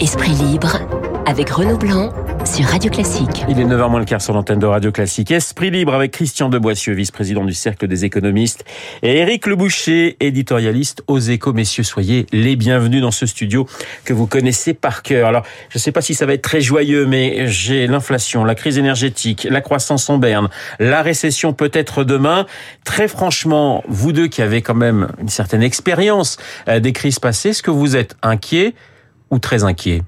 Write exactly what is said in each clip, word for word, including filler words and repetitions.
Esprit libre avec Renaud Blanc sur Radio Classique. Il est neuf heures moins le quart sur l'antenne de Radio Classique. Esprit libre avec Christian de Boissieu, vice-président du Cercle des économistes, et Éric Leboucher, éditorialiste aux Échos. Messieurs, soyez les bienvenus dans ce studio que vous connaissez par cœur. Alors, je ne sais pas si ça va être très joyeux, mais j'ai l'inflation, la crise énergétique, la croissance en berne, la récession peut-être demain. Très franchement, vous deux qui avez quand même une certaine expérience des crises passées, est-ce que vous êtes inquiet ou très inquiet,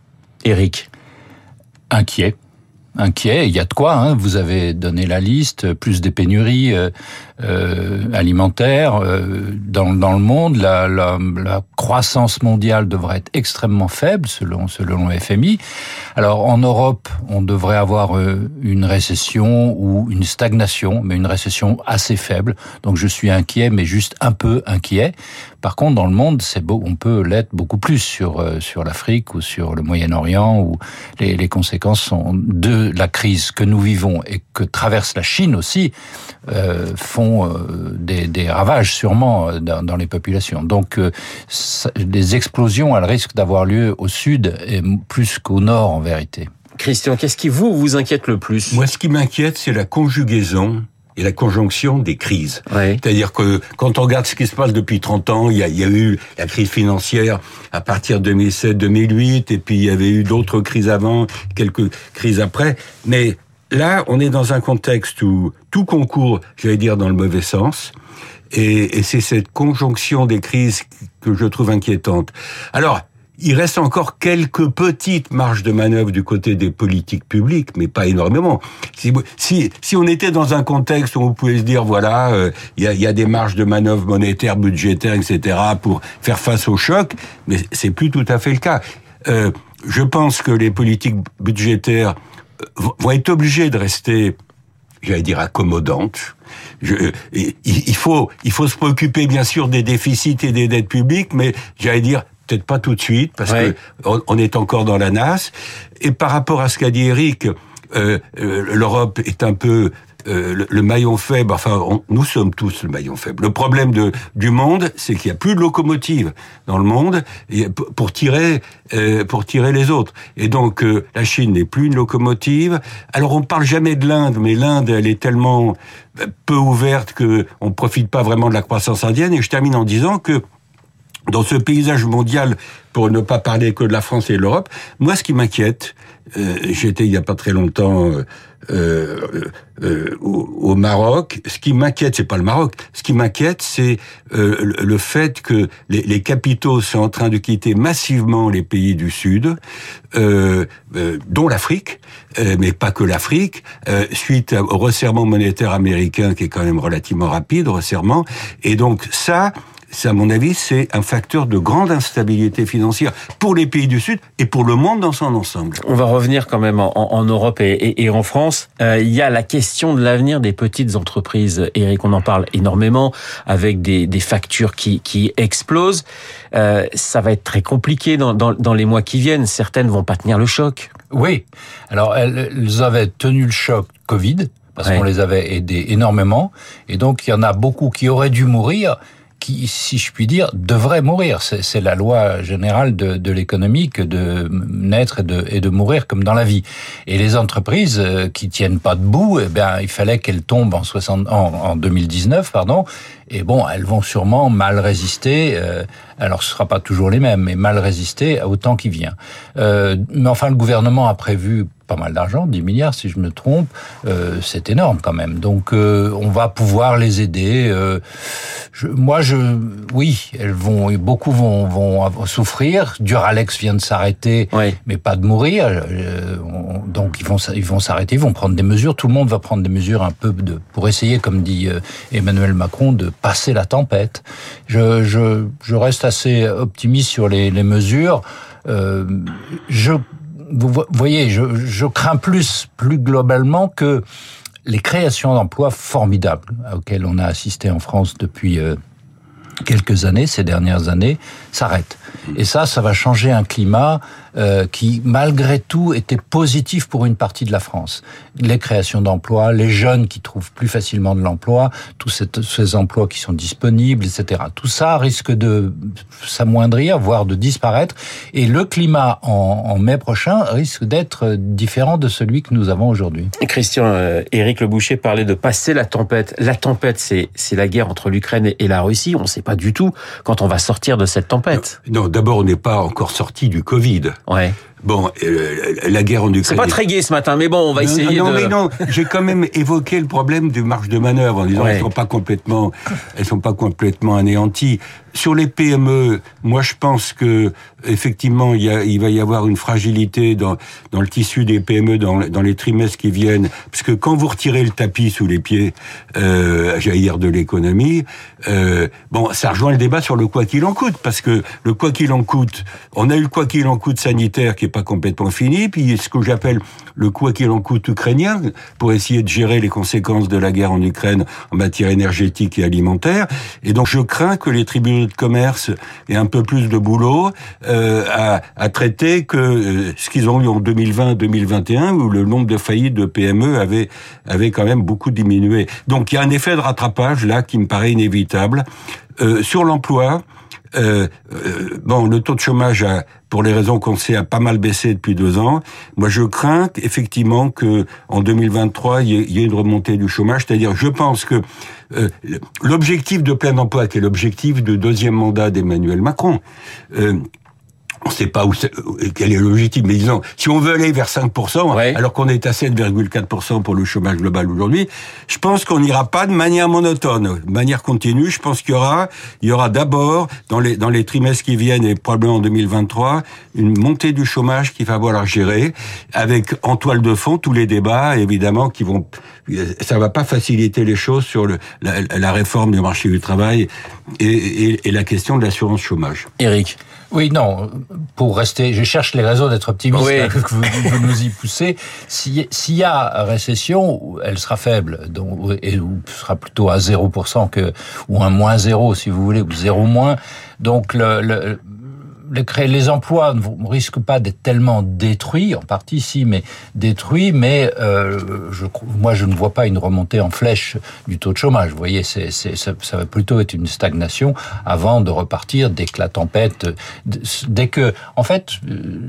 Éric? Inquiet. Inquiet, il y a de quoi, hein. Vous avez donné la liste, plus des pénuries euh, euh, alimentaires euh, dans, dans le monde. La, la, la croissance mondiale devrait être extrêmement faible, selon, selon le F M I. Alors, en Europe, on devrait avoir euh, une récession ou une stagnation, mais une récession assez faible. Donc, je suis inquiet, mais juste un peu inquiet. Par contre, dans le monde, c'est beau, on peut l'être beaucoup plus sur euh, sur l'Afrique ou sur le Moyen-Orient, où les, les conséquences sont de la crise que nous vivons et que traverse la Chine aussi, euh, font euh, des, des ravages sûrement dans, dans les populations. Donc, euh, ça, des explosions, elles risquent d'avoir lieu au sud et plus qu'au nord en vérité. Christian, qu'est-ce qui vous vous inquiète le plus? Moi, ce qui m'inquiète, c'est la conjugaison et la conjonction des crises. Oui. C'est-à-dire que quand on regarde ce qui se passe depuis trente ans, il y a, il y a eu la crise financière à partir de deux mille sept deux mille huit, et puis il y avait eu d'autres crises avant, quelques crises après. Mais là, on est dans un contexte où tout concourt, j'allais dire, dans le mauvais sens. Et, et c'est cette conjonction des crises que je trouve inquiétante. Alors, il reste encore quelques petites marges de manœuvre du côté des politiques publiques, mais pas énormément. Si, si, si on était dans un contexte où on pouvait se dire, voilà, euh, il y a, il y a des marges de manœuvre monétaires, budgétaires, et cetera, pour faire face au choc, mais c'est plus tout à fait le cas. Euh, je pense que les politiques budgétaires vont être obligées de rester, j'allais dire, accommodantes. Je, il faut, il faut se préoccuper, bien sûr, des déficits et des dettes publiques, mais j'allais dire, peut-être pas tout de suite, parce ouais. que on est encore dans la nasse. Et par rapport à ce qu'a dit Éric, euh, euh, l'Europe est un peu euh, le, le maillon faible. Enfin, on, nous sommes tous le maillon faible. Le problème de, du monde, c'est qu'il y a plus de locomotives dans le monde pour tirer euh, pour tirer les autres. Et donc, euh, la Chine n'est plus une locomotive. Alors, on parle jamais de l'Inde, mais l'Inde, elle est tellement peu ouverte que on profite pas vraiment de la croissance indienne. Et je termine en disant que dans ce paysage mondial, pour ne pas parler que de la France et de l'Europe, moi, ce qui m'inquiète, euh, j'étais il y a pas très longtemps euh, euh, euh, au, au Maroc. Ce qui m'inquiète, c'est pas le Maroc. Ce qui m'inquiète, c'est euh, le, le fait que les, les capitaux sont en train de quitter massivement les pays du Sud, euh, euh, dont l'Afrique, euh, mais pas que l'Afrique, euh, suite au resserrement monétaire américain qui est quand même relativement rapide, resserrement. Et donc ça. C'est, à mon avis, c'est un facteur de grande instabilité financière pour les pays du Sud et pour le monde dans son ensemble. On va revenir quand même en, en Europe et, et, et en France. Euh, il y a la question de l'avenir des petites entreprises. Éric, on en parle énormément avec des, des factures qui, qui explosent. Euh, ça va être très compliqué dans, dans, dans les mois qui viennent. Certaines vont pas tenir le choc. Oui. Alors, elles, elles avaient tenu le choc Covid parce ouais. qu'on les avait aidées énormément. Et donc, il y en a beaucoup qui auraient dû mourir, qui, si je puis dire, devrait mourir. C'est, c'est la loi générale de, de l'économie que de naître et de, et de mourir comme dans la vie. Et les entreprises qui tiennent pas debout, eh bien, il fallait qu'elles tombent en, soixante, en, en deux mille dix-neuf, pardon. Et bon, elles vont sûrement mal résister. Euh, alors, ce sera pas toujours les mêmes, mais mal résister au temps qui vient. Euh, mais enfin, le gouvernement a prévu pas mal d'argent, dix milliards si je me trompe, euh, c'est énorme quand même. Donc euh, on va pouvoir les aider. Euh, je, moi, je, oui, elles vont, beaucoup vont, vont souffrir. Duralex vient de s'arrêter, oui. mais pas de mourir. Euh, on, donc ils vont, ils vont s'arrêter, ils vont prendre des mesures. Tout le monde va prendre des mesures un peu de, pour essayer, comme dit euh, Emmanuel Macron, de passer la tempête. Je, je, je reste assez optimiste sur les, les mesures. Euh, je Vous voyez, je, je crains plus, plus globalement que les créations d'emplois formidables auxquelles on a assisté en France depuis euh, quelques années, ces dernières années, s'arrêtent. Et ça, ça va changer un climat euh, qui, malgré tout, était positif pour une partie de la France. Les créations d'emplois, les jeunes qui trouvent plus facilement de l'emploi, tous ces, ces emplois qui sont disponibles, et cetera. Tout ça risque de s'amoindrir, voire de disparaître. Et le climat en, en mai prochain risque d'être différent de celui que nous avons aujourd'hui. Christian, euh, Éric Le Boucher parlait de passer la tempête. La tempête, c'est, c'est la guerre entre l'Ukraine et, et la Russie. On ne sait pas du tout quand on va sortir de cette tempête. Non, non d'abord, on n'est pas encore sorti du Covid. Ouais. Bon, euh, la guerre en Ukraine... C'est pas très gai ce matin, mais bon, on va non, essayer non, de... Non, mais non, j'ai quand même évoqué le problème de marge de manœuvre en disant ouais. elles sont pas complètement, elles sont pas complètement anéanties. Sur les P M E, moi je pense que effectivement il, y a, il va y avoir une fragilité dans dans le tissu des P M E dans, dans les trimestres qui viennent, parce que quand vous retirez le tapis sous les pieds, euh, j'allais dire de l'économie, euh, bon, ça rejoint le débat sur le quoi qu'il en coûte, parce que le quoi qu'il en coûte, on a eu le quoi qu'il en coûte sanitaire qui est pas complètement fini, puis ce que j'appelle le quoi qu'il en coûte ukrainien pour essayer de gérer les conséquences de la guerre en Ukraine en matière énergétique et alimentaire, et donc je crains que les tribunaux de commerce aient un peu plus de boulot euh, à, à traiter que euh, ce qu'ils ont eu en deux mille vingt deux mille vingt et un où le nombre de faillites de P M E avait avait quand même beaucoup diminué. Donc il y a un effet de rattrapage là qui me paraît inévitable. Euh, sur l'emploi, euh, euh, bon, le taux de chômage a, pour les raisons qu'on sait, a pas mal baissé depuis deux ans. Moi, je crains effectivement que en deux mille vingt-trois, il y ait, il y ait une remontée du chômage. C'est-à-dire, je pense que euh, l'objectif de plein emploi, qui est l'objectif de deuxième mandat d'Emmanuel Macron, euh, on ne sait pas où c'est, quel est l'objectif, mais disons, si on veut aller vers cinq pour cent, ouais. alors qu'on est à sept virgule quatre pour cent pour le chômage global aujourd'hui, je pense qu'on n'ira pas de manière monotone, de manière continue. Je pense qu'il y aura, il y aura d'abord, dans les, dans les trimestres qui viennent et probablement en deux mille vingt-trois, une montée du chômage qu'il va falloir gérer, avec en toile de fond tous les débats, évidemment, qui vont, ça va pas faciliter les choses sur le, la, la réforme du marché du travail et, et, et la question de l'assurance chômage. Éric. Oui, non, pour rester, je cherche les raisons d'être optimiste, oui. là, que vous, vous nous y poussez. S'il si y a récession, elle sera faible, donc, et ou sera plutôt à zéro pour cent que, ou un moins zéro, si vous voulez, ou zéro moins. Donc, le, le Les, les emplois ne risquent pas d'être tellement détruits, en partie si, mais détruits, mais euh, je, moi je ne vois pas une remontée en flèche du taux de chômage. Vous voyez, c'est, c'est, ça, ça va plutôt être une stagnation avant de repartir dès que la tempête, dès que, en fait,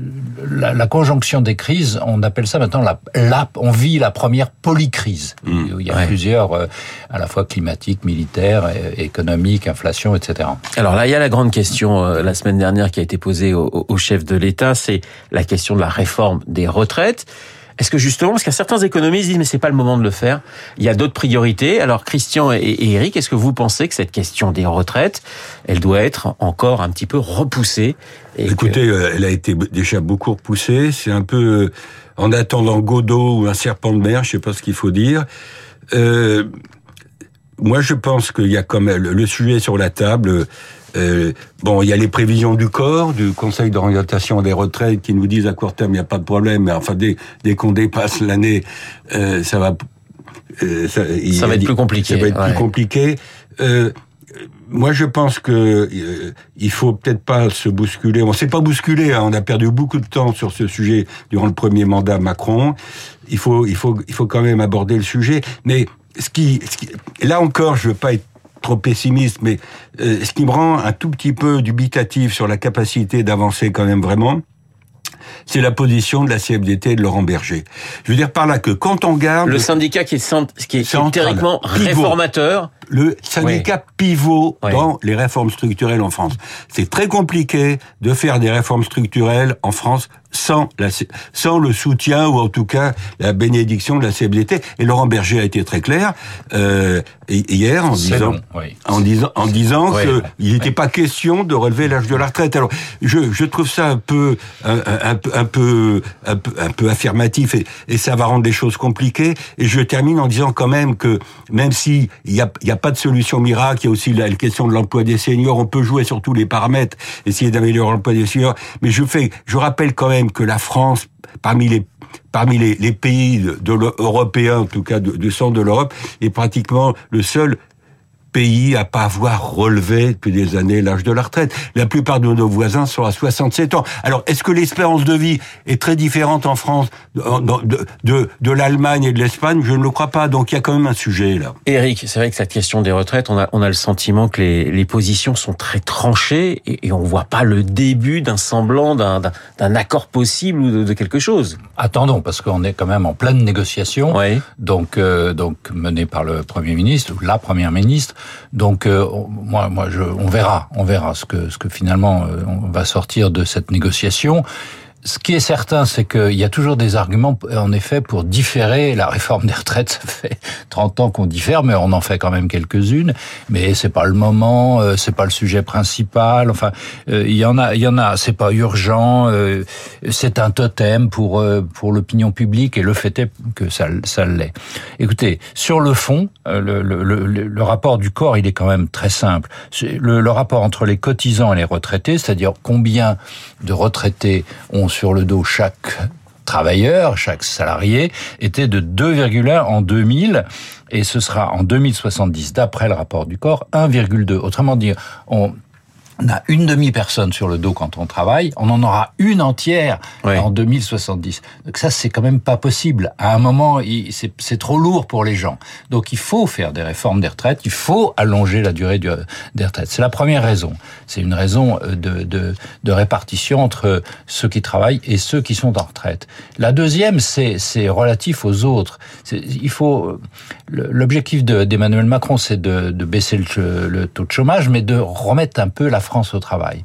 la, la conjonction des crises, on appelle ça maintenant la, la on vit la première polycrise. Mmh, il y a ouais. plusieurs, euh, à la fois climatiques, militaires, économiques, inflation, et cetera. Alors là, il y a la grande question euh, la semaine dernière qui a été posée au, au chef de l'État, c'est la question de la réforme des retraites. Est-ce que justement, parce qu'il y a certains économistes qui disent mais c'est pas le moment de le faire, il y a d'autres priorités. Alors Christian et, et Éric, est-ce que vous pensez que cette question des retraites, elle doit être encore un petit peu repoussée et Écoutez, que... elle a été déjà beaucoup repoussée. C'est un peu en attendant Godot ou un serpent de mer, je sais pas ce qu'il faut dire. Euh, moi, je pense qu'il y a quand même le sujet sur la table. Euh, bon, il y a les prévisions du corps, du Conseil d'orientation des retraites, qui nous disent à court terme il n'y a pas de problème, mais enfin dès, dès qu'on dépasse l'année, euh, ça va, euh, ça, ça va être plus compliqué. Ça va être ouais. plus compliqué. Euh, moi, je pense que euh, il faut peut-être pas se bousculer. On s'est pas bousculé, hein, on a perdu beaucoup de temps sur ce sujet durant le premier mandat Macron. Il faut, il faut, il faut quand même aborder le sujet. Mais ce qui, ce qui là encore, je veux pas être trop pessimiste, mais euh, ce qui me rend un tout petit peu dubitatif sur la capacité d'avancer quand même vraiment, c'est la position de la C F D T et de Laurent Berger. Je veux dire par là que quand on regarde... Le syndicat qui est, centre, qui est, qui est théoriquement réformateur... Le syndicat oui. pivot oui. dans les réformes structurelles en France. C'est très compliqué de faire des réformes structurelles en France sans la, sans le soutien ou en tout cas la bénédiction de la C F D T. Et Laurent Berger a été très clair euh, hier en C'est disant, long, oui. en disant, en disant oui. que il n'était oui. pas question de relever l'âge de la retraite. Alors, je, je trouve ça un peu, un, un, un peu, un peu, un peu, un peu affirmatif et, et ça va rendre les choses compliquées. Et je termine en disant quand même que même si il y a, il y a pas de solution miracle, il y a aussi la, la question de l'emploi des seniors. On peut jouer sur tous les paramètres, essayer d'améliorer l'emploi des seniors. Mais je fais, je rappelle quand même que la France, parmi les parmi les, les pays de, de européens, en tout cas du centre de l'Europe, est pratiquement le seul pays à pas avoir relevé depuis des années l'âge de la retraite. La plupart de nos voisins sont à soixante-sept ans. Alors, est-ce que l'espérance de vie est très différente en France de, de, de, de l'Allemagne et de l'Espagne? Je ne le crois pas. Donc, il y a quand même un sujet là. Éric, c'est vrai que cette question des retraites, on a, on a le sentiment que les, les positions sont très tranchées et, et on voit pas le début d'un semblant, d'un, d'un, d'un accord possible ou de, de quelque chose. Attendons, parce qu'on est quand même en pleine négociation, oui. donc euh, donc menée par le Premier ministre ou la Première ministre. Donc euh, moi moi je on verra, on verra ce que ce que finalement euh, on va sortir de cette négociation. Ce qui est certain, c'est qu'il y a toujours des arguments, en effet, pour différer la réforme des retraites. Ça fait trente ans qu'on diffère, mais on en fait quand même quelques-unes. Mais c'est pas le moment, c'est pas le sujet principal. Enfin, il y en a, il y en a. C'est pas urgent. C'est un totem pour pour l'opinion publique, et le fait est que ça ça l'est. Écoutez, sur le fond, le le le, le rapport du corps, il est quand même très simple. Le, le rapport entre les cotisants et les retraités, c'est-à-dire combien de retraités ont sur le dos chaque travailleur, chaque salarié, était de deux virgule un en deux mille, et ce sera en deux mille soixante-dix, d'après le rapport du corps, un virgule deux. Autrement dit, on On a une demi-personne sur le dos quand on travaille, on en aura une entière ouais. en deux mille soixante-dix. Donc ça, c'est quand même pas possible. À un moment, c'est, c'est trop lourd pour les gens. Donc il faut faire des réformes des retraites, il faut allonger la durée du, des retraites. C'est la première raison. C'est une raison de, de, de répartition entre ceux qui travaillent et ceux qui sont en retraite. La deuxième, c'est, c'est relatif aux autres. C'est, il faut, l'objectif de, d'Emmanuel Macron, c'est de, de baisser le, le taux de chômage, mais de remettre un peu la France au travail.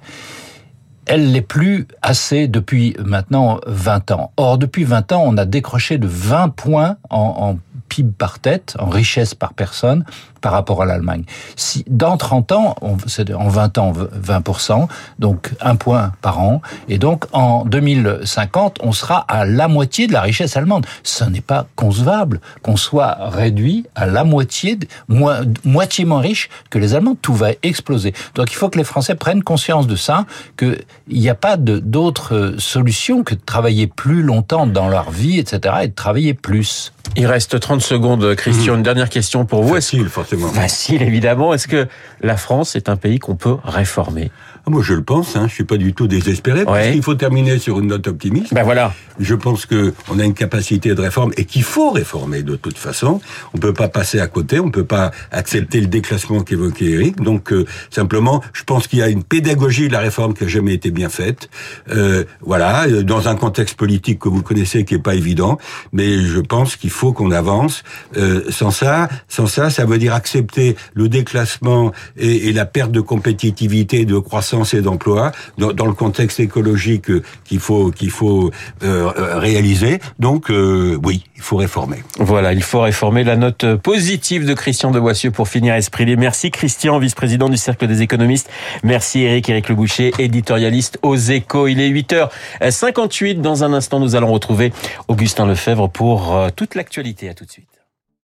Elle l'est plus assez depuis maintenant vingt ans. Or, depuis vingt ans, on a décroché de vingt points en, en P I B par tête, en richesse par personne, par rapport à l'Allemagne. Si, dans trente ans, on, c'est en vingt ans, vingt pour cent, donc un point par an, et donc en deux mille cinquante, on sera à la moitié de la richesse allemande. Ce n'est pas concevable qu'on soit réduit à la moitié, mo, moitié moins riche que les Allemands. Tout va exploser. Donc il faut que les Français prennent conscience de ça, qu'il n'y a pas de, d'autre solution que de travailler plus longtemps dans leur vie, et cetera, et de travailler plus. Il reste trente secondes, Christian. Mmh. Une dernière question pour vous. Facile, forcément. Facile, évidemment. Est-ce que la France est un pays qu'on peut réformer? Moi, je le pense. Hein. Je suis pas du tout désespéré. Ouais. Parce qu'il faut terminer sur une note optimiste. Ben voilà. Je pense que on a une capacité de réforme et qu'il faut réformer de toute façon. On peut pas passer à côté. On peut pas accepter le déclassement qu'évoquait Éric. Donc, euh, simplement, je pense qu'il y a une pédagogie de la réforme qui a jamais été bien faite. Euh, voilà, dans un contexte politique que vous connaissez qui est pas évident. Mais je pense qu'il faut qu'on avance. Euh, sans ça, sans ça, ça veut dire accepter le déclassement et, et la perte de compétitivité, de croissance et d'emploi dans, dans le contexte écologique qu'il faut qu'il faut euh, réaliser. Donc euh, oui, il faut réformer. Voilà, il faut réformer. La note positive de Christian de Boissieu pour finir Esprit Libre. Merci Christian, vice-président du Cercle des économistes. Merci Éric, Éric Le Boucher, éditorialiste aux Échos. Il est huit heures cinquante-huit. Dans un instant, nous allons retrouver Augustin Lefebvre pour toute l'actualité. À tout de suite.